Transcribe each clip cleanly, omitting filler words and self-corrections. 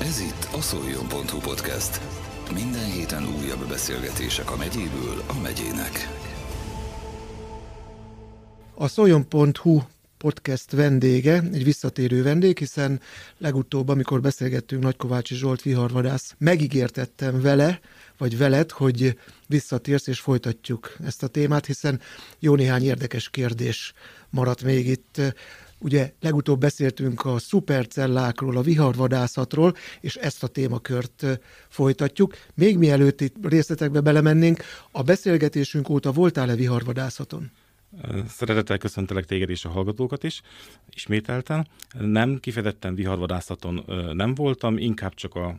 Ez itt a Szoljon.hu podcast. Minden héten újabb beszélgetések a megyéből a megyének. A Szoljon.hu podcast vendége, egy visszatérő vendég, hiszen legutóbb, amikor beszélgettünk Nagykovácsi Zsolt viharvadász, megígértettem vele, vagy veled, hogy visszatérsz és folytatjuk ezt a témát, hiszen jó néhány érdekes kérdés maradt még itt. Ugye legutóbb beszéltünk a szupercellákról, a viharvadászatról, és ezt a témakört folytatjuk. Még mielőtt itt részletekbe belemennénk, a beszélgetésünk óta voltál-e viharvadászaton? Szeretettel köszöntelek téged és a hallgatókat is, ismételten. Nem, kifejezetten viharvadászaton nem voltam, inkább csak a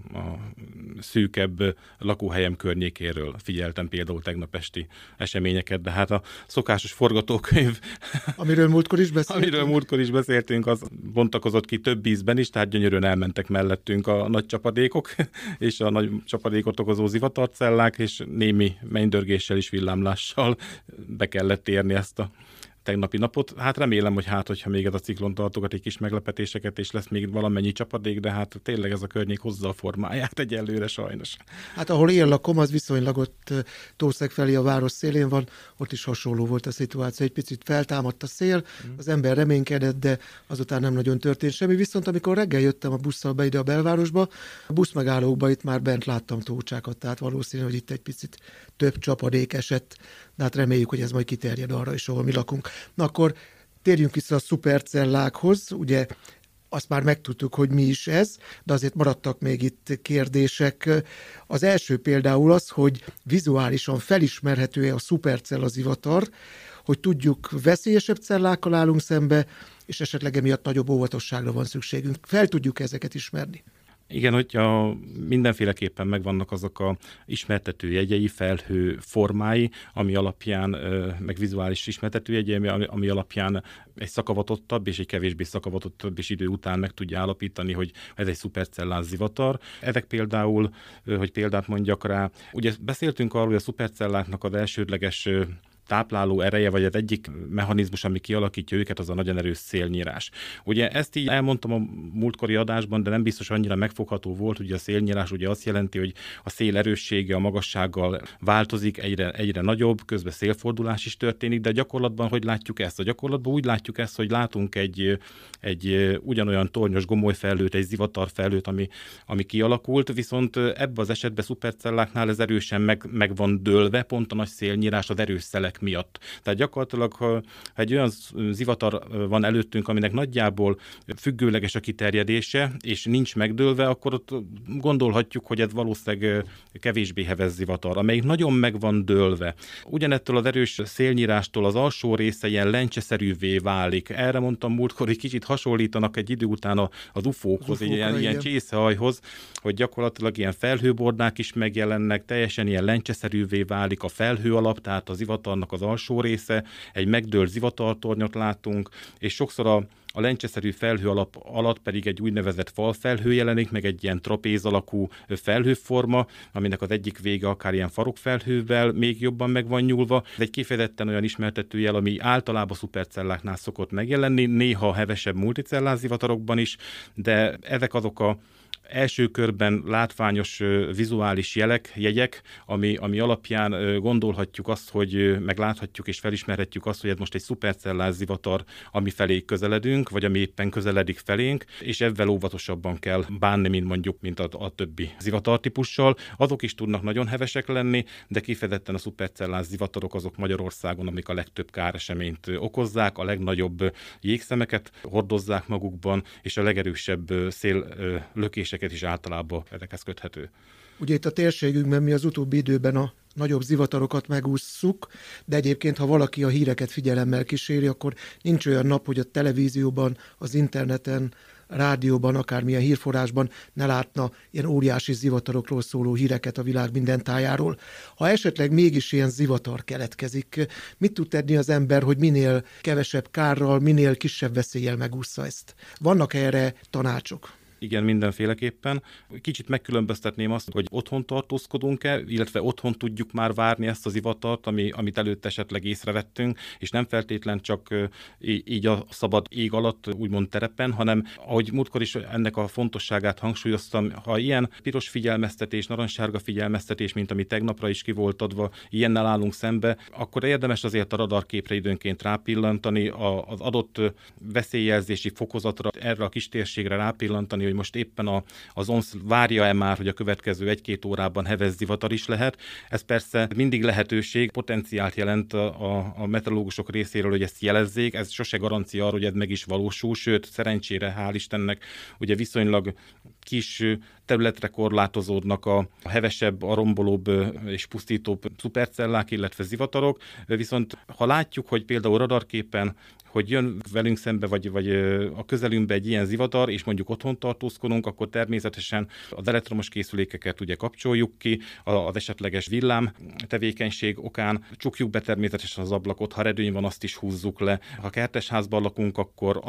szűkebb lakóhelyem környékéről figyeltem például tegnap esti eseményeket, de hát a szokásos forgatókönyv, Amiről múltkor is beszéltünk, az bontakozott ki több ízben is, tehát gyönyörűen elmentek mellettünk a nagy csapadékok, és a nagy csapadékot okozó zivatarcellák, és némi mennydörgéssel és villámlással be kellett érni ezt a tegnapi napot. Hát remélem, hogy hogyha még ez a ciklon tartogat egy kis meglepetéseket, és lesz még valamennyi csapadék, de hát tényleg ez a környék hozza a formáját egyelőre sajnos. Hát ahol én lakom, az viszonylag ott Tószeg felé a város szélén van, ott is hasonló volt a szituáció. Egy picit feltámadt a szél, az ember reménykedett, de azután nem nagyon történt semmi. Viszont amikor reggel jöttem a busszal be ide a belvárosba, a buszmegállókba itt már bent láttam tócsákat, tehát valószínű, hogy itt egy picit több csapadék esett, de hát reméljük, hogy ez majd kiterjed arra is, ahol mi lakunk. Na akkor térjünk vissza a szupercellákhoz, ugye azt már megtudtuk, hogy mi is ez, de azért maradtak még itt kérdések. Az első például az, hogy vizuálisan felismerhető-e a szupercellazivatar, hogy tudjuk, veszélyesebb cellákkal állunk szembe, és esetleg emiatt nagyobb óvatosságra van szükségünk. Fel tudjuk ezeket ismerni? Igen, hogyha mindenféleképpen megvannak azok a ismertető jegyei, felhő formái, ami alapján, meg vizuális ismertető jegyei, ami alapján egy szakavatottabb és egy kevésbé szakavatottabb és idő után meg tudja állapítani, hogy ez egy szupercellás zivatar. Ezek például, hogy példát mondjak rá, ugye beszéltünk arról, hogy a szupercelláknak az elsődleges tápláló ereje, vagy az egyik mechanizmus, ami kialakítja őket, az a nagyon erős szélnyírás. Ugye ezt így elmondtam a múltkori adásban, de nem biztos annyira megfogható volt, ugye a szélnyírás ugye azt jelenti, hogy a szél erőssége a magassággal változik, egyre nagyobb, közben szélfordulás is történik, de gyakorlatban hogy látjuk ezt? A gyakorlatban úgy látjuk ezt, hogy látunk egy ugyanolyan tornyos gomolyfelhőt, egy zivatarfelhőt, ami kialakult, viszont ebben az esetben szupercelláknál ez erősen meg van dőlve, pont a nagy szélnyírás az erős szelek miatt. Tehát gyakorlatilag, ha egy olyan zivatar van előttünk, aminek nagyjából függőleges a kiterjedése, és nincs megdőlve, akkor ott gondolhatjuk, hogy ez valószínűleg kevésbé heves zivatar, amelyik nagyon meg van dőlve. Ugyanettől az erős szélnyírástól az alsó része ilyen lencseszerűvé válik. Erre mondtam múltkor, hogy kicsit hasonlítanak egy idő után az ufókhoz, ilyen csészehajhoz, hogy gyakorlatilag ilyen felhőbordák is megjelennek, teljesen ilyen lencseszerűvé válik a felhő alap, tehát az zivatarnak az alsó része, egy megdőlt zivatartornyot látunk, és sokszor a lencseszerű felhő alatt pedig egy úgynevezett falfelhő jelenik, meg egy ilyen trapéz alakú felhőforma, aminek az egyik vége akár ilyen farokfelhővel még jobban meg van nyúlva. Ez egy kifejezetten olyan ismertetőjel, ami általában szupercelláknál szokott megjelenni, néha hevesebb multicellás zivatarokban is, de ezek azok a első körben látványos vizuális jegyek, ami alapján gondolhatjuk azt, hogy megláthatjuk és felismerhetjük azt, hogy ez most egy szupercellás zivatar, ami felé közeledünk, vagy ami éppen közeledik felénk, és ezzel óvatosabban kell bánni, mint a többi zivatartípussal. Azok is tudnak nagyon hevesek lenni, de kifejezetten a szupercellás zivatarok azok Magyarországon, amik a legtöbb káreseményt okozzák, a legnagyobb jégszemeket hordozzák magukban, és a legerősebb széllökéseket is általában ezekhez köthető. Ugye itt a térségünkben mi az utóbbi időben a nagyobb zivatarokat megússzuk, de egyébként, ha valaki a híreket figyelemmel kíséri, akkor nincs olyan nap, hogy a televízióban, az interneten, rádióban, akármilyen hírforrásban ne látna ilyen óriási zivatarokról szóló híreket a világ minden tájáról. Ha esetleg mégis ilyen zivatar keletkezik, mit tud tenni az ember, hogy minél kevesebb kárral, minél kisebb veszéllyel megússza ezt? Vannak erre tanácsok? Igen, mindenféleképpen. Kicsit megkülönböztetném azt, hogy otthon tartózkodunk-e, illetve otthon tudjuk már várni ezt az zivatart, amit előtt esetleg észrevettünk, és nem feltétlen csak így a szabad ég alatt, úgymond terepen, hanem ahogy múltkor is ennek a fontosságát hangsúlyoztam, ha ilyen piros figyelmeztetés, narancssárga figyelmeztetés, mint ami tegnapra is ki volt adva, ilyennel állunk szembe, akkor érdemes azért a radarképre időnként rápillantani, az adott veszélyjelzési fokozatra, erre a kis térségre rápillantani, hogy most éppen az ONSZ várja-e már, hogy a következő 1-2 órában heves zivatar is lehet. Ez persze mindig lehetőség, potenciált jelent a meteorológusok részéről, hogy ezt jelezzék, ez sose garancia arra, hogy ez meg is valósul, sőt, szerencsére, hál' Istennek, ugye viszonylag kis területre korlátozódnak a hevesebb, a rombolóbb és pusztítóbb szupercellák, illetve zivatarok, viszont ha látjuk, hogy például radarképen hogy jön velünk szembe, vagy a közelünkbe egy ilyen zivatar, és mondjuk otthon tartózkodunk, akkor természetesen az elektromos készülékeket ugye kapcsoljuk ki, az esetleges villám tevékenység okán csukjuk be természetesen az ablakot, ha redőny van, azt is húzzuk le. Ha kertesházban lakunk, akkor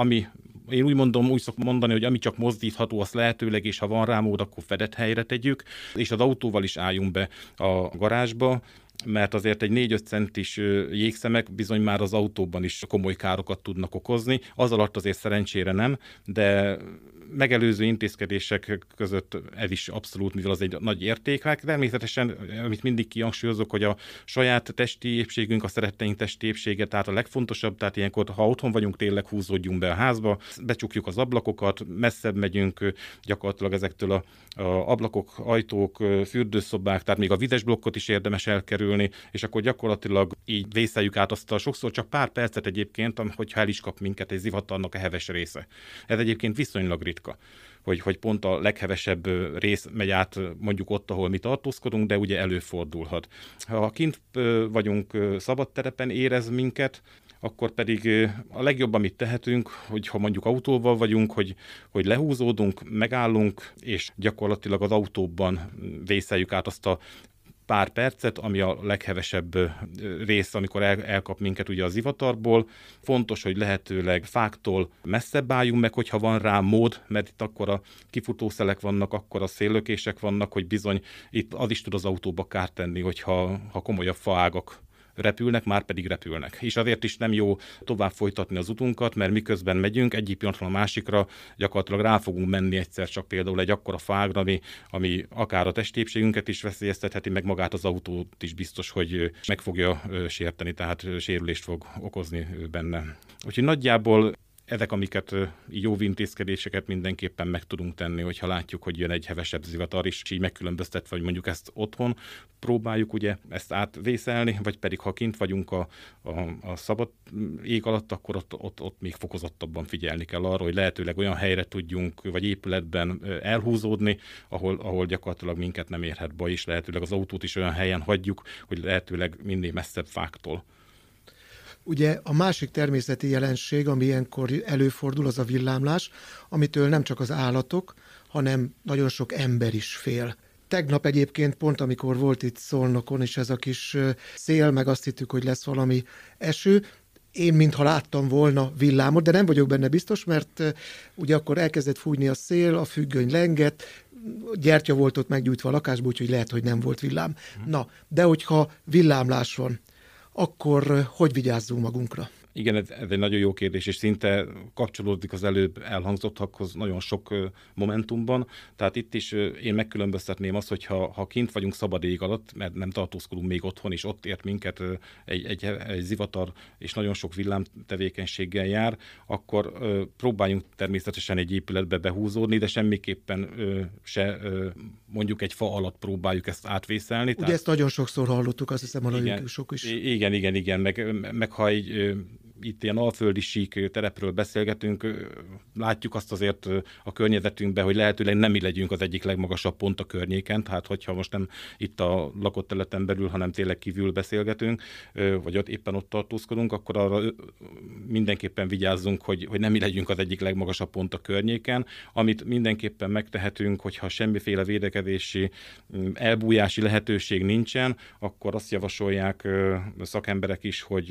úgy szoktam mondani, hogy ami csak mozdítható, azt lehetőleg, és ha van rá mód, akkor fedett helyre tegyük, és az autóval is álljunk be a garázsba, mert azért egy 4-5 centis jégszemek bizony már az autóban is komoly károkat tudnak okozni. Az alatt azért szerencsére nem, de megelőző intézkedések között ez is abszolút, mivel az egy nagy érték. Hát természetesen, amit mindig kihangsúlyozok, hogy a saját testi épségünk, a szeretteink testi épsége, tehát a legfontosabb, tehát ilyenkor, ha otthon vagyunk, tényleg húzódjunk be a házba, becsukjuk az ablakokat, messzebb megyünk gyakorlatilag ezektől a ablakok, ajtók, fürdőszobák, tehát még a vizes blokkot is érdemes elkerülni, és akkor gyakorlatilag így vészeljük át azt a sokszor csak pár percet egyébként, hogyha el is kap minket egy zivatarnak a heves része. Ez egyébként viszonylag ritka, hogy pont a leghevesebb rész megy át mondjuk ott, ahol mi tartózkodunk, de ugye előfordulhat. Ha kint vagyunk szabad terepen, érez minket, akkor pedig a legjobb, amit tehetünk, hogy ha mondjuk autóval vagyunk, hogy lehúzódunk, megállunk, és gyakorlatilag az autóban vészeljük át azt a pár percet, ami a leghevesebb rész, amikor elkap minket ugye a zivatarból. Fontos, hogy lehetőleg fáktól messzebb álljunk meg, hogyha van rá mód, mert itt akkor a kifutószelek vannak, akkor a széllökések vannak, hogy bizony itt az is tud az autóba kárt tenni, hogyha komolyabb faágak repülnek, már pedig repülnek. És azért is nem jó tovább folytatni az utunkat, mert miközben megyünk, egyik pillanatról a másikra gyakorlatilag rá fogunk menni egyszer csak például egy akkora fágra, ami akár a testépségünket is veszélyeztetheti, meg magát az autót is biztos, hogy meg fogja sérteni, tehát sérülést fog okozni benne. Úgyhogy nagyjából ezek, amiket így óvintézkedéseket mindenképpen meg tudunk tenni, hogyha látjuk, hogy jön egy hevesebb zivatar is, és így megkülönböztetve, hogy mondjuk ezt otthon próbáljuk ugye ezt átvészelni, vagy pedig ha kint vagyunk a szabad ég alatt, akkor ott még fokozottabban figyelni kell arra, hogy lehetőleg olyan helyre tudjunk, vagy épületben elhúzódni, ahol gyakorlatilag minket nem érhet baj, és lehetőleg az autót is olyan helyen hagyjuk, hogy lehetőleg minél messzebb fáktól. Ugye a másik természeti jelenség, ami ilyenkor előfordul, az a villámlás, amitől nem csak az állatok, hanem nagyon sok ember is fél. Tegnap egyébként pont, amikor volt itt Szolnokon is ez a kis szél, meg azt hittük, hogy lesz valami eső, én mintha láttam volna villámot, de nem vagyok benne biztos, mert ugye akkor elkezdett fújni a szél, a függöny lengett, gyertya volt ott meggyújtva a lakásból, úgyhogy lehet, hogy nem volt villám. Na, de hogyha villámlás van, akkor hogy vigyázzunk magunkra? Igen, ez egy nagyon jó kérdés, és szinte kapcsolódik az előbb elhangzottakhoz nagyon sok momentumban. Tehát itt is én megkülönböztetném azt, hogy ha kint vagyunk szabad ég alatt, mert nem tartózkodunk még otthon, és ott ért minket egy zivatar, és nagyon sok villámtevékenységgel jár, akkor próbáljunk természetesen egy épületbe behúzódni, de semmiképpen se mondjuk egy fa alatt próbáljuk ezt átvészelni. Ugye tehát ezt nagyon sokszor hallottuk, azt hiszem, a sok is. Igen, meg ha itt ilyen alföldi sík terepről beszélgetünk, látjuk azt azért a környezetünkben, hogy lehetőleg nem mi legyünk az egyik legmagasabb pont a környéken, tehát hogyha most nem itt a lakott területen belül, hanem tényleg kívül beszélgetünk, vagy éppen ott tartózkodunk, akkor arra mindenképpen vigyázzunk, hogy nem mi legyünk az egyik legmagasabb pont a környéken. Amit mindenképpen megtehetünk, hogyha semmiféle védekezési, elbújási lehetőség nincsen, akkor azt javasolják szakemberek is, hogy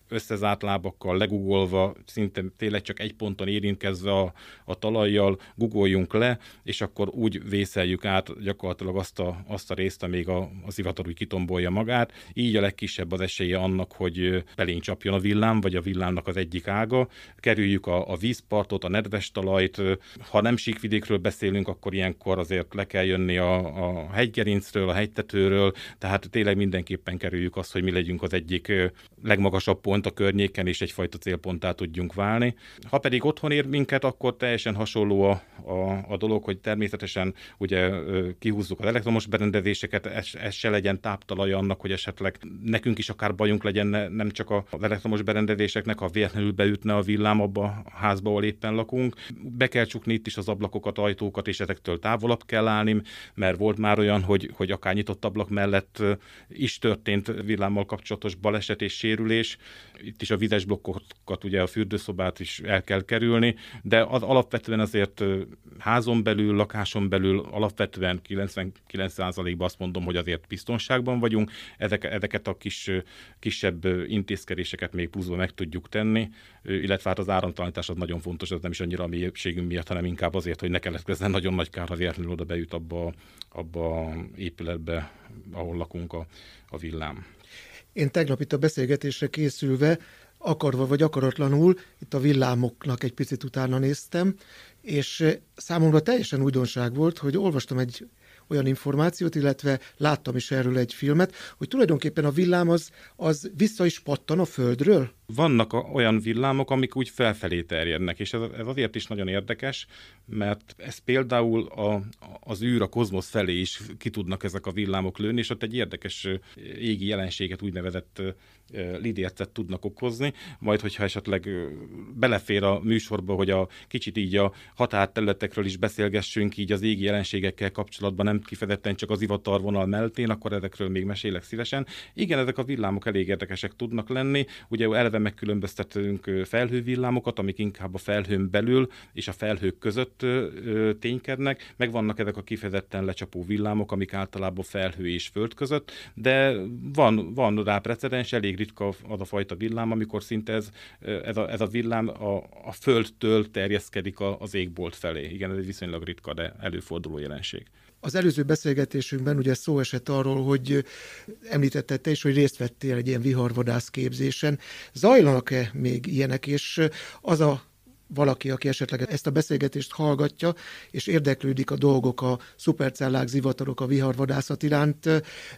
összezárt lábakkal, legugolva, szinte tényleg csak egy ponton érintkezve a talajjal, gugoljunk le, és akkor úgy vészeljük át gyakorlatilag azt a részt, amíg az ivatar úgy kitombolja magát. Így a legkisebb az esélye annak, hogy belénk csapjon a villám, vagy a villámnak az egyik ága. Kerüljük a vízpartot, a nedves talajt. Ha nem síkvidékről beszélünk, akkor ilyenkor azért le kell jönni a hegygerincről, a hegytetőről, tehát tényleg mindenképpen kerüljük azt, hogy mi legyünk az egyik legmagasabb pont a környéken, és egyfajta célponttá tudjunk válni. Ha pedig otthon ér minket, akkor teljesen hasonló a dolog, hogy természetesen ugye kihúzzuk az elektromos berendezéseket, ez se legyen táptalaja annak, hogy esetleg nekünk is akár bajunk legyen, nem csak az elektromos berendezéseknek, ha véletlenül beütne a villám abba a házba, ahol éppen lakunk. Be kell csukni itt is az ablakokat, ajtókat, és ezektől távolabb kell állni, mert volt már olyan, hogy akár nyitott ablak mellett is történt villámmal kapcsolatos baleset és sérülés. Itt is a vizes blokkokat, ugye a fürdőszobát is el kell kerülni, de alapvetően azért házon belül, lakáson belül alapvetően 99%-ban azt mondom, hogy azért biztonságban vagyunk. Ezeket a kisebb intézkedéseket még pluszban meg tudjuk tenni, illetve hát az áramtalanítás az nagyon fontos, ez nem is annyira a mi épségünk miatt, hanem inkább azért, hogy ne keletkezzen nagyon nagy kár, ha véletlenül oda beüt abba a épületbe, ahol lakunk a villám. Én tegnap itt a beszélgetésre készülve, akarva vagy akaratlanul, itt a villámoknak egy picit utána néztem, és számomra teljesen újdonság volt, hogy olvastam egy olyan információt, illetve láttam is erről egy filmet, hogy tulajdonképpen a villám az vissza is pattan a földről. Vannak olyan villámok, amik úgy felfelé terjednek, és ez azért is nagyon érdekes, mert ez például az űr, a kozmosz felé is ki tudnak ezek a villámok lőni, és ott egy érdekes égi jelenséget, úgynevezett lidércet tudnak okozni, majd hogyha esetleg belefér a műsorba, hogy kicsit így a határterületekről is beszélgessünk, így az égi jelenségekkel kapcsolatban, nem kifejezetten csak az ivatarvonal mentén, akkor ezekről még mesélek szívesen. Igen, ezek a villámok elég érdekesek tudnak lenni, ugye eleve megkülönböztetünk felhővillámokat, amik inkább a felhőn belül és a felhők között ténykednek, meg vannak ezek a kifejezetten lecsapó villámok, amik általában felhő és föld között, de van rá precedens, elég ritka az a fajta villám, amikor szinte ez a villám a földtől terjeszkedik az égbolt felé. Igen, ez egy viszonylag ritka, de előforduló jelenség. Az előző beszélgetésünkben ugye szó esett arról, hogy említetted te is, hogy részt vettél egy ilyen viharvadász képzésen. Zajlanak-e még ilyenek, és az a valaki, aki esetleg ezt a beszélgetést hallgatja, és érdeklődik a dolgok, a szupercellák, zivatarok, a viharvadászat iránt,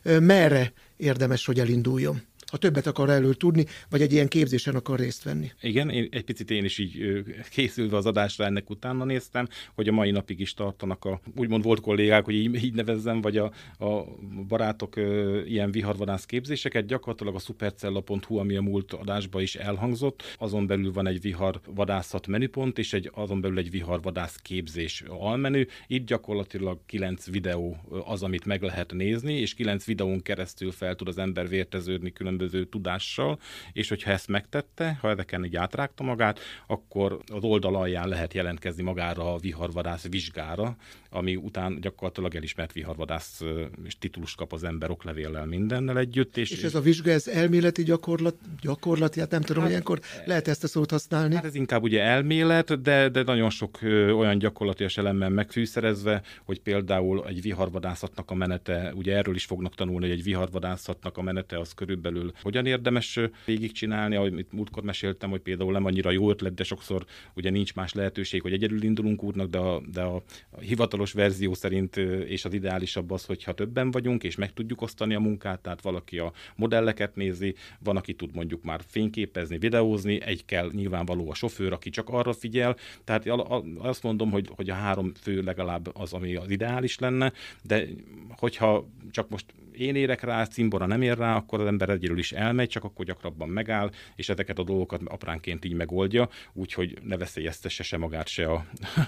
merre érdemes, hogy elinduljon? Ha többet akar erről tudni, vagy egy ilyen képzésen akar részt venni. Igen, egy picit én is így készülve az adásra ennek utána néztem, hogy a mai napig is tartanak úgymond volt kollégák, hogy így nevezzem, vagy a barátok ilyen viharvadász képzéseket. Gyakorlatilag a supercella.hu, ami a múlt adásban is elhangzott, azon belül van egy viharvadászat menüpont, és azon belül egy viharvadász képzés almenü. Itt gyakorlatilag 9 videó az, amit meg lehet nézni, és 9 videón keresztül fel tud az ember vérteződni különböző tudással, és hogyha ezt megtette, ha ezeken így átrágta magát, akkor az oldal alján lehet jelentkezni magára a viharvadász vizsgára, ami után gyakorlatilag elismert viharvadász titulust kap az ember oklevéllel mindennel együtt. És ez a vizsga, ez elméleti gyakorlati, hát nem tudom, hogy ilyenkor lehet ezt a szót használni? Hát ez inkább ugye elmélet, de nagyon sok olyan gyakorlatias elemmel megfűszerezve, hogy például egy viharvadászatnak a menete, ugye erről is fognak tanulni, hogy egy viharvadászatnak a menete az körülbelül hogyan érdemes végigcsinálni, ahogy múltkor meséltem, hogy például nem annyira jó ötlet, de sokszor ugye nincs más lehetőség, hogy egyedül indulunk útnak, de a hivatalos verzió szerint és az ideálisabb az, hogyha többen vagyunk, és meg tudjuk osztani a munkát, tehát valaki a modelleket nézi, van, aki tud mondjuk már fényképezni, videózni, egy kell nyilvánvaló a sofőr, aki csak arra figyel, tehát azt mondom, hogy a 3 fő legalább az, ami az ideális lenne, de hogyha csak most én érek rá, cimbora nem ér rá, akkor az ember egyedül is elmegy, csak akkor gyakrabban megáll, és ezeket a dolgokat apránként így megoldja, úgyhogy ne veszélyeztesse se magát, se a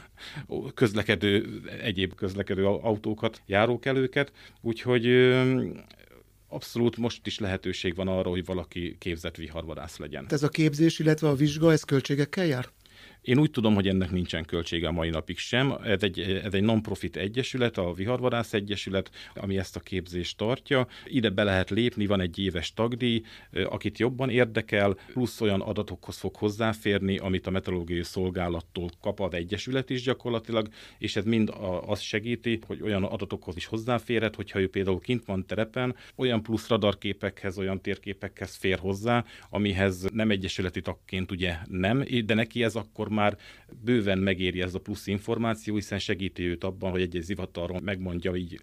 egyéb közlekedő autókat, járókelőket, úgyhogy abszolút most is lehetőség van arra, hogy valaki képzett viharvadász legyen. Ez a képzés, illetve a vizsga, ez költségekkel jár? Én úgy tudom, hogy ennek nincsen költsége a mai napig sem. Ez egy non-profit egyesület, a Viharvadász Egyesület, ami ezt a képzést tartja. Ide be lehet lépni, van egy éves tagdíj, akit jobban érdekel, plusz olyan adatokhoz fog hozzáférni, amit a meteorológiai szolgálattól kap az egyesület is gyakorlatilag, és ez mind azt segíti, hogy olyan adatokhoz is hozzáférhet, hogyha ő például kint van terepen, olyan plusz radarképekhez, olyan térképekhez fér hozzá, amihez nem egyesületi tagként ugye nem, de neki ez akkor már bőven megéri ez a plusz információ, hiszen segíti őt abban, hogy egy zivatarról megmondja így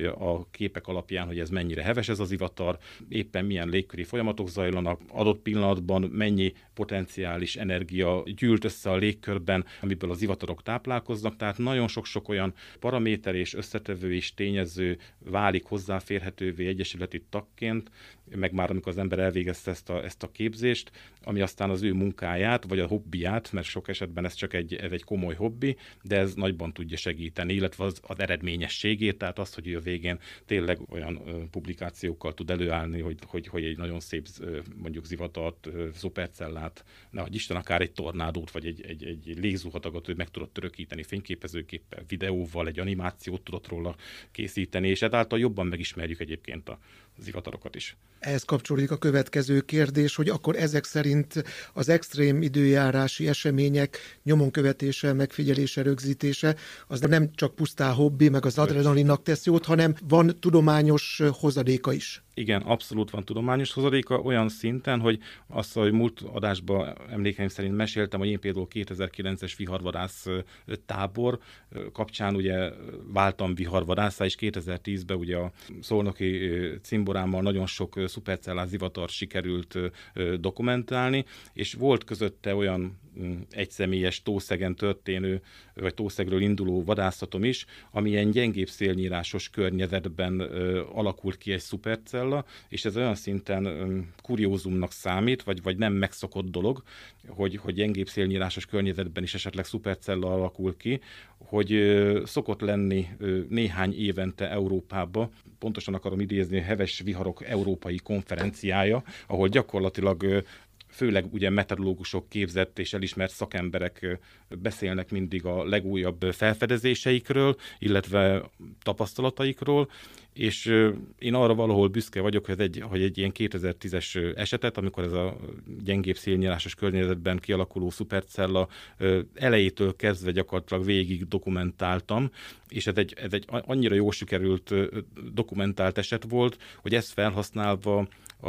a képek alapján, hogy ez mennyire heves ez a zivatar, éppen milyen légköri folyamatok zajlanak, adott pillanatban mennyi potenciális energia gyűlt össze a légkörben, amiből a zivatarok táplálkoznak, tehát nagyon sok-sok olyan paraméter és összetevő és tényező válik hozzáférhetővé egyesületi tagként, meg már amikor az ember elvégezte ezt a képzést, ami aztán az ő munkáját, vagy a hobbiját, mert sok esetben ez csak egy komoly hobbi, de ez nagyban tudja segíteni, illetve az eredményességét, tehát azt, hogy ő a végén tényleg olyan publikációkkal tud előállni, hogy egy nagyon szép mondjuk zivatart, szupercellát, nehogy Isten, akár egy tornádót, vagy egy légzuhatagot, hogy meg tudott törökíteni fényképezőképpel, videóval, egy animációt tudott róla készíteni, és ezáltal jobban megismerjük egyébként a zivatarokat is. Ehhez kapcsolódik a következő kérdés, hogy akkor ezek szerint az extrém időjárási események nyomon követése, megfigyelése, rögzítése, az nem csak pusztán hobbi, meg az adrenalinnak tesz jót, hanem van tudományos hozadéka is. Igen, abszolút van tudományos hozadéka, olyan szinten, hogy azt, hogy múlt adásban emlékeim szerint meséltem, hogy én például 2009-es viharvadász tábor kapcsán ugye váltam viharvadásszá, és 2010-ben ugye a szolnoki cimborámmal nagyon sok szupercellás zivatar sikerült dokumentálni, és volt közötte olyan egyszemélyes Tószegen történő, vagy Tószegről induló vadászatom is, ami ilyen gyengébb szélnyírásos környezetben alakult ki egy szupercella, és ez olyan szinten kuriózumnak számít, vagy nem megszokott dolog, hogy gyengébb szélnyírásos környezetben is esetleg szupercella alakul ki, hogy szokott lenni néhány évente Európába, pontosan akarom idézni, a Heves Viharok Európai Konferenciája, ahol gyakorlatilag főleg ugye meteorológusok, képzett és elismert szakemberek beszélnek mindig a legújabb felfedezéseikről, illetve tapasztalataikról, és én arra valahol büszke vagyok, hogy egy ilyen 2010-es esetet, amikor ez a gyengébb szélnyílásos környezetben kialakuló szupercella elejétől kezdve gyakorlatilag végig dokumentáltam, és ez egy annyira jól sikerült dokumentált eset volt, hogy ezt felhasználva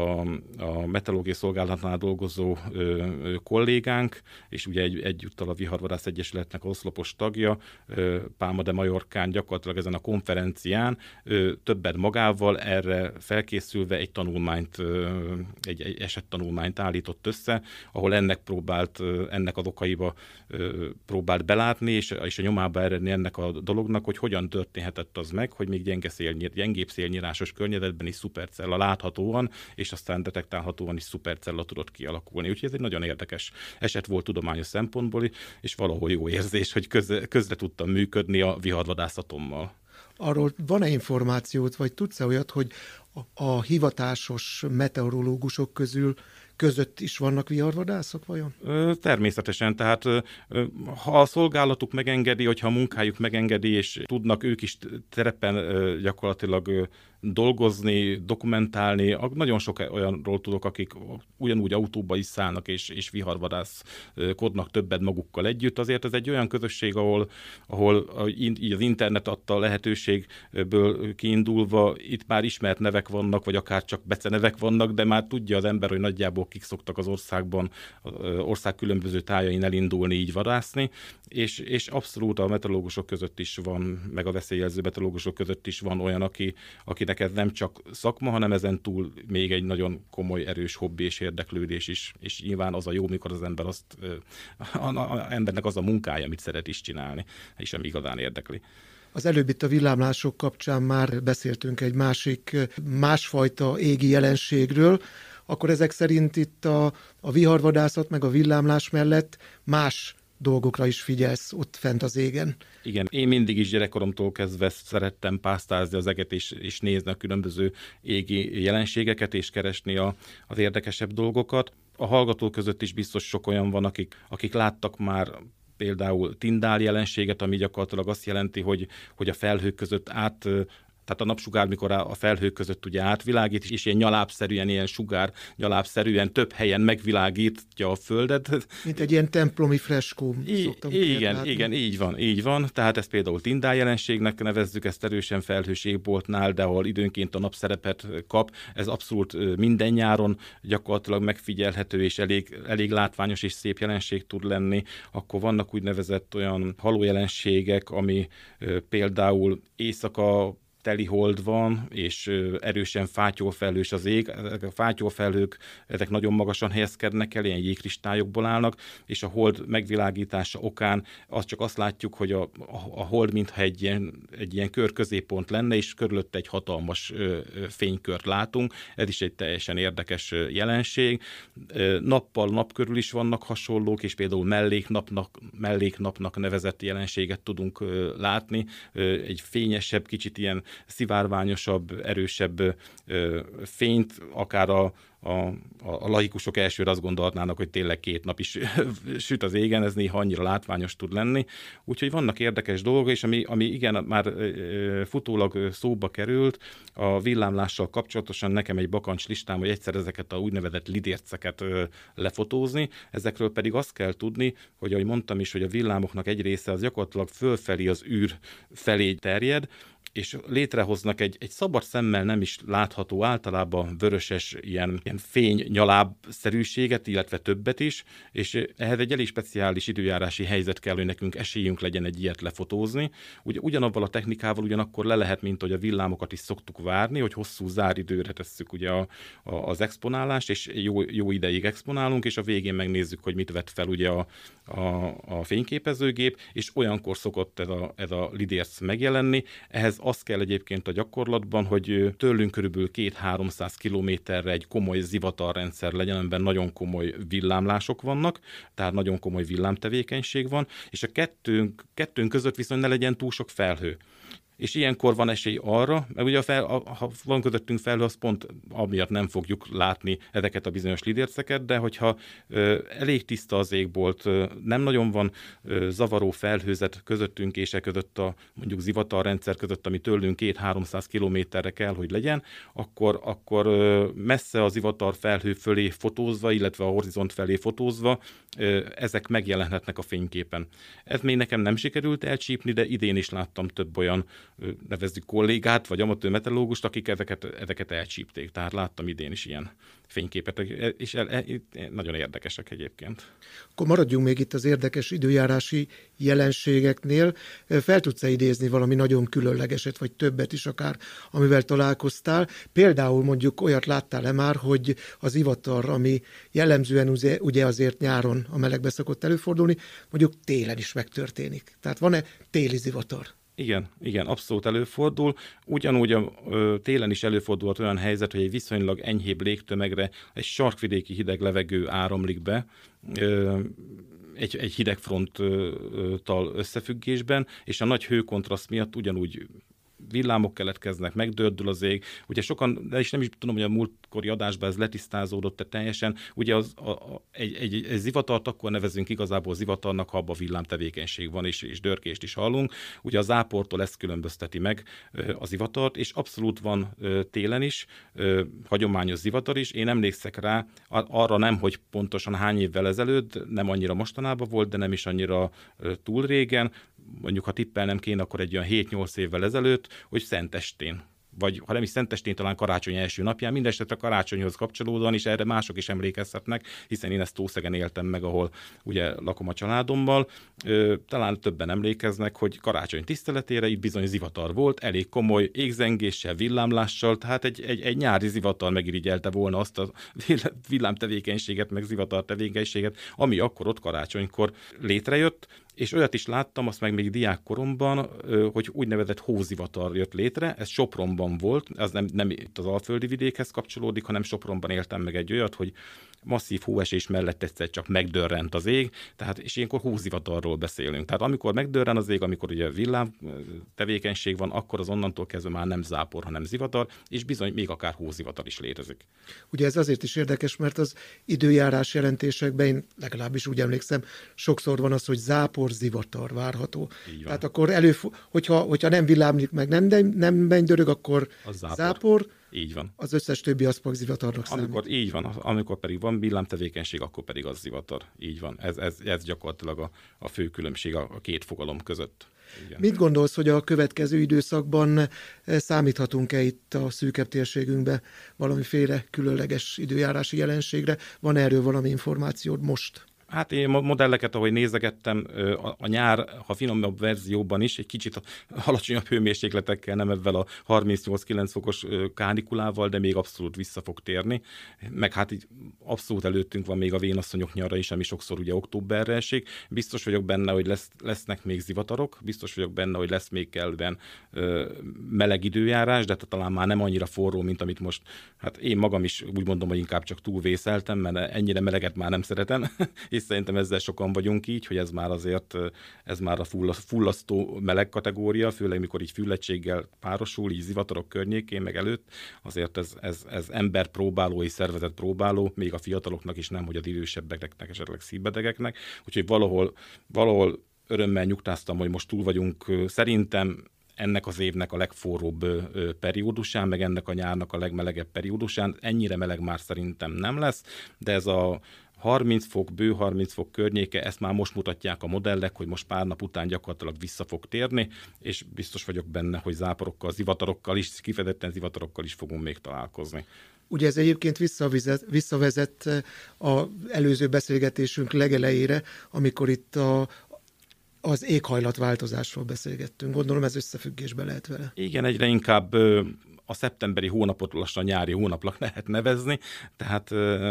a meteorológiai szolgálatnál dolgozó kollégánk, és ugye egyúttal a Viharvadász Egyesületnek oszlopos tagja, Palma de Mallorcán gyakorlatilag ezen a konferencián többet magával erre felkészülve egy tanulmányt, egy esettanulmányt állított össze, ahol ennek az okaiba próbált belátni, és a nyomába eredni ennek a dolognak, hogy hogyan történhetett az meg, hogy még gyengébb szélnyírásos környezetben is szupercella láthatóan, és aztán detektálhatóan is szupercella tudott kialakulni. Úgyhogy ez egy nagyon érdekes eset volt tudományos szempontból, és valahol jó érzés, hogy közre tudtam működni a viharvadászatommal. Arról van-e információt, vagy tudsz-e olyat, hogy a hivatásos meteorológusok között is vannak viharvadászok vajon? Természetesen, tehát ha a szolgálatuk megengedi, hogyha a munkájuk megengedi, és tudnak ők is terepen gyakorlatilag dolgozni, dokumentálni. Nagyon sok olyanról tudok, akik ugyanúgy autóba is szállnak, és viharvadászkodnak többet magukkal együtt. Azért ez egy olyan közösség, ahol így az internet adta lehetőségből kiindulva, itt már ismert nevek vannak, vagy akár csak becenevek vannak, de már tudja az ember, hogy nagyjából kik szoktak az ország különböző tájain elindulni, így vadászni, és abszolút a meteorológusok között is van, meg a veszélyjelző meteorológusok között is van olyan, akinek ez nem csak szakma, hanem ezen túl még egy nagyon komoly, erős hobbi és érdeklődés is, és nyilván az a jó, mikor az ember embernek az a munkája, amit szeret is csinálni, és ami igazán érdekli. Az előbb itt a villámlások kapcsán már beszéltünk egy másfajta égi jelenségről, akkor ezek szerint itt a viharvadászat meg a villámlás mellett más dolgokra is figyelsz ott fent az égen. Igen, én mindig is gyerekkoromtól kezdve szerettem pásztázni az eget, és nézni a különböző égi jelenségeket, és keresni az érdekesebb dolgokat. A hallgatók között is biztos sok olyan van, akik láttak már például tindál jelenséget, ami gyakorlatilag azt jelenti, hogy a felhők között tehát a napsugár, mikor a felhők között ugye átvilágít, és ilyen nyalábszerűen, ilyen sugár nyalábszerűen több helyen megvilágítja a Földet. Mint egy ilyen templomi freskó. Igen, így van. Tehát ezt például tindál jelenségnek nevezzük, ezt erősen felhős égboltnál, de ahol időnként a nap szerepet kap, ez abszolút minden nyáron gyakorlatilag megfigyelhető, és elég látványos és szép jelenség tud lenni. Akkor vannak úgynevezett olyan halójelenségek, ami például éjszaka teli hold van, és erősen fátyolfelhős az ég. A fátyolfelhők, ezek nagyon magasan helyezkednek el, ilyen jégkristályokból állnak, és a hold megvilágítása okán csak azt látjuk, hogy a hold mintha egy ilyen kör középpont lenne, és körülötte egy hatalmas fénykört látunk. Ez is egy teljesen érdekes jelenség. Nappal, nap körül is vannak hasonlók, és például melléknapnak nevezett jelenséget tudunk látni. Egy fényesebb, kicsit ilyen szivárványosabb, erősebb fényt, akár a laikusok elsőre azt gondolhatnának, hogy tényleg 2 nap is süt az égen, ez néha annyira látványos tud lenni. Úgyhogy vannak érdekes dolgok, és ami igen, már futólag szóba került, a villámlással kapcsolatosan nekem egy bakancs listám, hogy egyszer ezeket a úgynevezett lidérceket lefotózni. Ezekről pedig azt kell tudni, hogy ahogy mondtam is, hogy a villámoknak egy része az gyakorlatilag fölfelé az űr felé terjed, és létrehoznak egy szabad szemmel nem is látható, általában vöröses ilyen fénynyalábszerűséget, illetve többet is, és ehhez egy elég speciális időjárási helyzet kell, hogy nekünk esélyünk legyen egy ilyet lefotózni. Ugye ugyanabban a technikával ugyanakkor le lehet, mint hogy a villámokat is szoktuk várni, hogy hosszú záridőre tesszük ugye az exponálást, és jó ideig exponálunk, és a végén megnézzük, hogy mit vett fel ugye a fényképezőgép, és olyankor szokott ez a lidérc megjelenni. Ehhez az kell egyébként a gyakorlatban, hogy tőlünk körülbelül 200-300 kilométerre egy komoly zivatarrendszer legyen, amiben nagyon komoly villámlások vannak, tehát nagyon komoly villámtevékenység van, és a kettőnk között viszont ne legyen túl sok felhő. És ilyenkor van esély arra, mert ugye ha van közöttünk felhő, az pont amiatt nem fogjuk látni ezeket a bizonyos lidérceket, de hogyha elég tiszta az égbolt, nem nagyon van zavaró felhőzet közöttünk és között a mondjuk zivatarrendszer között, ami tőlünk 200-300 kilométerre kell, hogy legyen, akkor messze a zivatar felhő fölé fotózva, illetve a horizont felé fotózva, ezek megjelenhetnek a fényképen. Ez még nekem nem sikerült elcsípni, de idén is láttam több olyan, nevezzük kollégát, vagy amatőr meteorológust, akik ezeket elcsípték. Tehát láttam idén is ilyen fényképet, és nagyon érdekesek egyébként. Akkor maradjunk még itt az érdekes időjárási jelenségeknél. Fel tudsz-e idézni valami nagyon különlegeset, vagy többet is akár, amivel találkoztál? Például mondjuk olyat láttál-e már, hogy az zivatar, ami jellemzően ugye azért nyáron a melegbe szokott előfordulni, mondjuk télen is megtörténik. Tehát van-e téli zivatar? Igen, abszolút előfordul. Ugyanúgy télen is előfordulhat olyan helyzet, hogy egy viszonylag enyhébb légtömegre egy sarkvidéki hideg levegő áramlik be, egy hidegfronttal összefüggésben, és a nagy hőkontraszt miatt ugyanúgy villámok keletkeznek, megdördül az ég. Ugye sokan, de is nem is tudom, hogy a múltkori adásban ez letisztázódott teljesen. Ugye egy zivatart akkor nevezünk igazából zivatarnak, ha abban villámtevékenység van, és dörgést is hallunk. Ugye a záportól ezt különbözteti meg a zivatart, és abszolút van télen is, hagyományos zivatar is. Én emlékszek rá, arra nem, hogy pontosan hány évvel ezelőtt, nem annyira mostanában volt, de nem is annyira túl régen, mondjuk ha tippelnem kéne, akkor egy olyan 7-8 évvel ezelőtt, hogy szentestén, vagy ha nem is szentestén, talán karácsony első napján, mindesetre karácsonyhoz kapcsolódóan, és erre mások is emlékezhetnek, hiszen én ezt Tószegen éltem meg, ahol ugye lakom a családommal. Talán többen emlékeznek, hogy karácsony tiszteletére itt bizony zivatar volt, elég komoly égzengéssel, villámlással, tehát egy nyári zivatar megirigyelte volna azt a villámtevékenységet, meg zivatar tevékenységet, ami akkor ott karácsonykor létrejött. És olyat is láttam, azt meg még diákkoromban, hogy úgynevezett hózivatar jött létre, ez Sopronban volt, az nem itt az alföldi vidékhez kapcsolódik, hanem Sopronban éltem meg egy olyat, hogy masszív hóesés mellett egyszer csak megdörrent az ég, tehát, és ilyenkor hózivatarról beszélünk. Tehát amikor megdörren az ég, amikor ugye villám tevékenység van, akkor az onnantól kezdve már nem zápor, hanem zivatar, és bizony még akár hózivatar is létezik. Ugye ez azért is érdekes, mert az időjárás jelentésekben, én legalábbis úgy emlékszem, sokszor van az, hogy zápor, zivatar várható. Tehát akkor hogyha nem villámlik meg, nem mennydörög, akkor zápor. Így van. Az összes többi az zivatarnak számít. Így van, amikor pedig van villámtevékenység, akkor pedig az zivatar. Így van. Ez gyakorlatilag a fő különbség a két fogalom között. Igen. Mit gondolsz, hogy a következő időszakban számíthatunk-e itt a szűkebb térségünkbe valamiféle különleges időjárási jelenségre? Van erről valami információd most? Hát én modelleket, ahogy nézegettem, a nyár, ha finomabb verzióban is, egy kicsit alacsonyabb hőmérsékletekkel, nem ebben a 38-9 fokos kánikulával, de még abszolút vissza fog térni. Meg hát így abszolút előttünk van még a vénasszonyok nyara is, ami sokszor ugye októberre esik. Biztos vagyok benne, hogy lesznek még zivatarok, biztos vagyok benne, hogy lesz még kellően meleg időjárás, de talán már nem annyira forró, mint amit most. Hát én magam is úgy mondom, hogy inkább csak túlvészeltem, mert ennyire meleget már nem szeretem, és szerintem ezzel sokan vagyunk így, hogy ez már azért, ez már a fullasztó meleg kategória, főleg mikor így füllettséggel párosul, így zivatarok környékén, meg előtt, azért ez ember próbáló és szervezet próbáló, még a fiataloknak is nem, hogy az idősebbeknek, esetleg szívbedegeknek, úgyhogy valahol örömmel nyugtáztam, hogy most túl vagyunk, szerintem ennek az évnek a legforróbb periódusán, meg ennek a nyárnak a legmelegebb periódusán. Ennyire meleg már szerintem nem lesz, de ez a 30 fok, bő 30 fok környéke, ezt már most mutatják a modellek, hogy most pár nap után gyakorlatilag vissza fog térni, és biztos vagyok benne, hogy záporokkal, zivatarokkal is, kifejezetten zivatarokkal is fogunk még találkozni. Ugye ez egyébként visszavezet az előző beszélgetésünk legelejére, amikor itt az éghajlatváltozásról beszélgettünk. Gondolom ez összefüggésbe lehet vele. Igen, egyre inkább a szeptemberi hónapot lassan nyári hónapnak lehet nevezni, tehát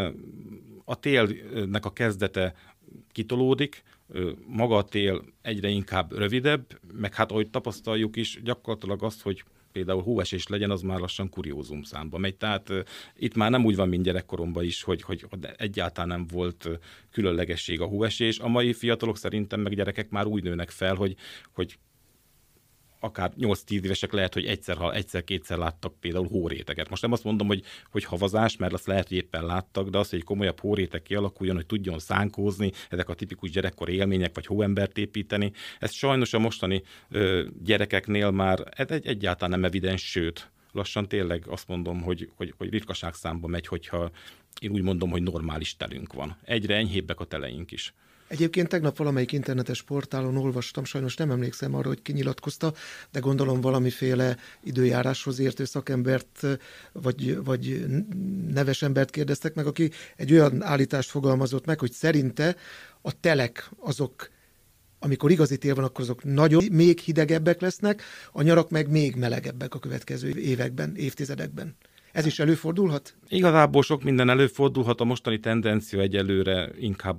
a télnek a kezdete kitolódik, maga a tél egyre inkább rövidebb, meg hát ahogy tapasztaljuk is, gyakorlatilag azt, hogy például hóesés legyen, az már lassan kuriózum számba megy. Tehát itt már nem úgy van, mint gyerekkoromban is, hogy egyáltalán nem volt különlegesség a hóesés. A mai fiatalok szerintem, meg gyerekek már úgy nőnek fel, hogy akár 8-10 évesek lehet, hogy egyszer-kétszer láttak például hóréteget. Most nem azt mondom, hogy havazás, mert azt lehet, hogy éppen láttak, de az, hogy egy komolyabb hóréteg kialakuljon, hogy tudjon szánkózni, ezek a tipikus gyerekkor élmények, vagy hóembert építeni, ez sajnos a mostani gyerekeknél már egyáltalán nem evidens, sőt, lassan tényleg azt mondom, hogy ritkaság számba megy, hogyha én úgy mondom, hogy normális telünk van. Egyre enyhébbek a teleink is. Egyébként tegnap valamelyik internetes portálon olvastam, sajnos nem emlékszem arra, hogy ki nyilatkozta, de gondolom valamiféle időjáráshoz értő szakembert, vagy neves embert kérdeztek meg, aki egy olyan állítást fogalmazott meg, hogy szerinte a telek azok, amikor igazi tél van, akkor azok nagyon még hidegebbek lesznek, a nyarak meg még melegebbek a következő években, évtizedekben. Ez is előfordulhat? Igazából sok minden előfordulhat, a mostani tendencia egyelőre inkább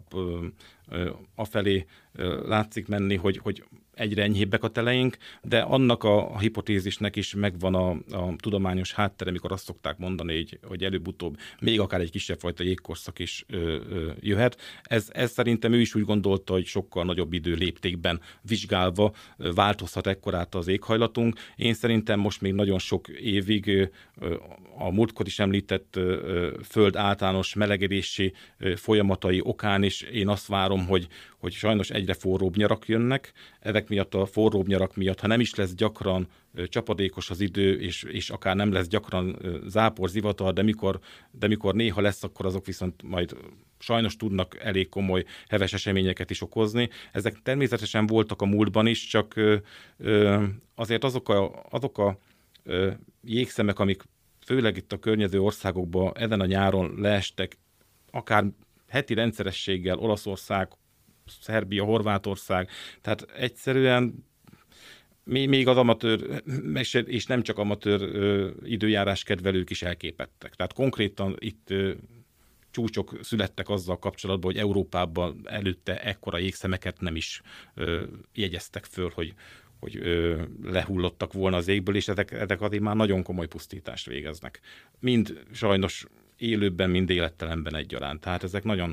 afelé látszik menni, hogy egyre enyhébbek a teleink, de annak a hipotézisnek is megvan a tudományos háttere, amikor azt szokták mondani, hogy előbb-utóbb még akár egy kisebb fajta jégkorszak is jöhet. Ez szerintem ő is úgy gondolta, hogy sokkal nagyobb idő léptékben vizsgálva változhat ekkorát az éghajlatunk. Én szerintem most még nagyon sok évig a múltkor is említett föld általános melegedési folyamatai okán is én azt várom, hogy sajnos egyre forróbb nyarak jönnek. Ezek miatt a forróbb nyarak miatt, ha nem is lesz gyakran csapadékos az idő, és akár nem lesz gyakran zápor, zivatar, de mikor néha lesz, akkor azok viszont majd sajnos tudnak elég komoly heves eseményeket is okozni. Ezek természetesen voltak a múltban is, csak azért azok a jégszemek, amik főleg itt a környező országokban ezen a nyáron leestek, akár heti rendszerességgel, Olaszország, Szerbia, Horvátország, tehát egyszerűen még az amatőr, és nem csak amatőr időjárás kedvelők is elképedtek. Tehát konkrétan itt csúcsok születtek azzal kapcsolatban, hogy Európában előtte ekkora jégszemeket nem is jegyeztek föl, hogy lehullottak volna az égből, és ezek azért már nagyon komoly pusztítást végeznek. Mind sajnos élőben, mind élettelenben egyaránt. Tehát ezek nagyon,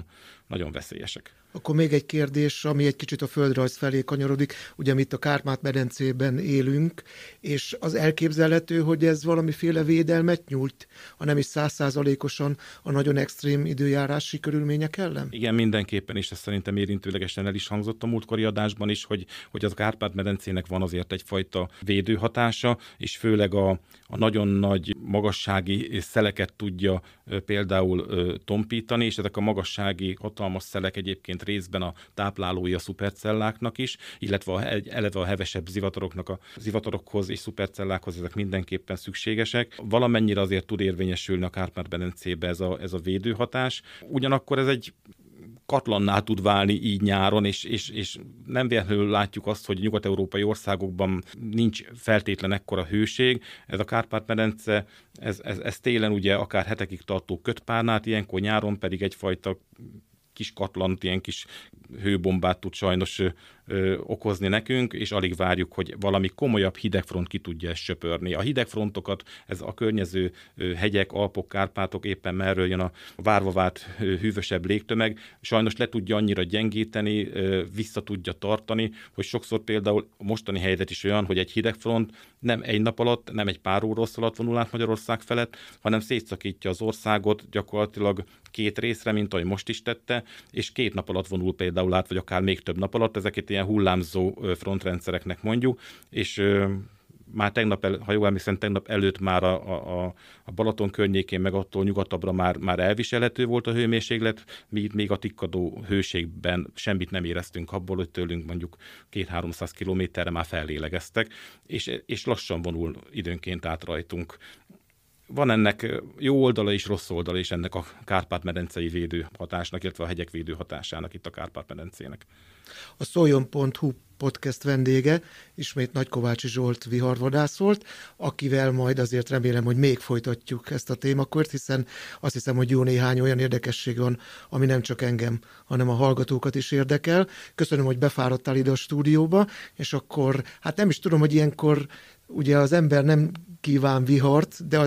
nagyon veszélyesek. Akkor még egy kérdés, ami egy kicsit a földrajz felé kanyarodik. Ugye mi itt a Kárpát-medencében élünk, és az elképzelhető, hogy ez valamiféle védelmet nyújt, ha nem is 100%-osan a nagyon extrém időjárási körülmények ellen? Igen, mindenképpen, és ez szerintem érintőlegesen el is hangzott a múltkori adásban is, hogy az Kárpát-medencének van azért egyfajta védőhatása, és főleg a nagyon nagy magassági szeleket tudja például tompítani, és ezek a magassági hatalmas szelek egyébként részben a táplálói a szupercelláknak is, illetve a hevesebb zivatarokhoz és szupercellákhoz ezek mindenképpen szükségesek. Valamennyire azért tud érvényesülni a Kárpát-medencébe ez a védőhatás. Ugyanakkor ez egy katlanná tud válni így nyáron, és nem véletlenül látjuk azt, hogy nyugat-európai országokban nincs feltétlen ekkora hőség. Ez a Kárpát-medence, ez télen ugye akár hetekig tartó kötpárnát, ilyenkor nyáron pedig egyfajta kis katlant, ilyen kis hőbombát tud sajnos okozni nekünk, és alig várjuk, hogy valami komolyabb hidegfront ki tudja ezt söpörni. A hidegfrontokat, ez a környező hegyek, Alpok, Kárpátok, éppen merről jön a várva várt hűvösebb légtömeg, sajnos le tudja annyira gyengíteni, vissza tudja tartani, hogy sokszor például a mostani helyzet is olyan, hogy egy hidegfront nem egy nap alatt, nem egy pár óra alatt vonul át Magyarország felett, hanem szétszakítja az országot gyakorlatilag 2 részre, mint ahogy most is tette, és 2 nap alatt vonul például át, vagy akár még több nap alatt, ezeket ilyen hullámzó frontrendszereknek mondjuk, és már tegnap, ha jól emlékszem, tegnap előtt már a Balaton környékén, meg attól nyugatabbra már elviselhető volt a hőmérséklet, még a tikkadó hőségben semmit nem éreztünk abból, hogy tőlünk mondjuk 200-300 kilométerre már fellélegeztek, és lassan vonul időnként át rajtunk. Van ennek jó oldala és rossz oldala is ennek a Kárpát-medencei védőhatásnak, illetve a hegyek védőhatásának itt a Kárpát-medencének. A Szoljon.hu podcast vendége ismét Nagykovácsi Zsolt viharvadász volt, akivel majd azért remélem, hogy még folytatjuk ezt a témakört, hiszen azt hiszem, hogy jó néhány olyan érdekesség van, ami nem csak engem, hanem a hallgatókat is érdekel. Köszönöm, hogy befáradtál ide a stúdióba, és akkor, hát nem is tudom, hogy ilyenkor ugye az ember nem kíván vihart, de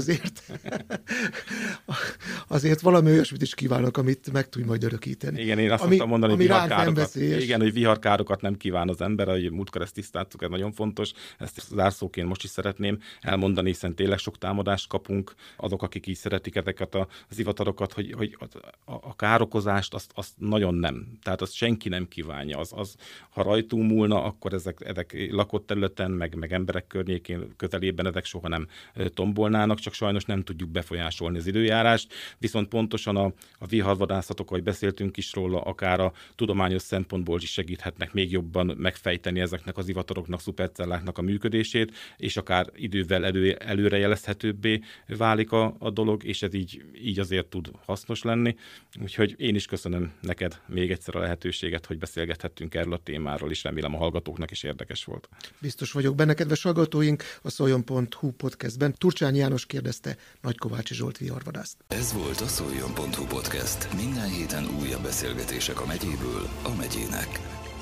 azért valami olyasmit is kívánok, amit meg tudj majd örökíteni. Igen, én azt szoktam mondani, hogy viharkárokat. Igen, hogy viharkárokat nem kíván az ember, hogy múltkor ezt tisztáztuk, ez nagyon fontos. Ezt zárszóként most is szeretném elmondani, hiszen tényleg sok támadást kapunk azok, akik így szeretik ezeket az zivatarokat, hogy a károkozást azt nagyon nem. Tehát azt senki nem kívánja. Ha rajtunk múlna, akkor ezek lakott területen, meg emberek környékén, közelében ezek soha nem tombolnának, csak sajnos nem tudjuk befolyásolni az időjárást, viszont pontosan a viharvadászatok, ahogy beszéltünk is róla, akár a tudományos szempontból is segíthetnek még jobban megfejteni ezeknek az zivataroknak, szupercelláknak a működését, és akár idővel előrejelezhetőbbé válik a dolog, és ez így azért tud hasznos lenni. Úgyhogy én is köszönöm neked még egyszer a lehetőséget, hogy beszélgethettünk erről a témáról, és remélem a hallgatóknak is érdekes volt. Biztos vagyok benne, kedves hallgatóink, a Szoljon.hu podcastben Turcsányi János kérdezte Nagykovácsi Zsolt viharvadászt. Ez volt a Szoljon.hu podcast. Minden héten újabb beszélgetések a megyéből a megyének.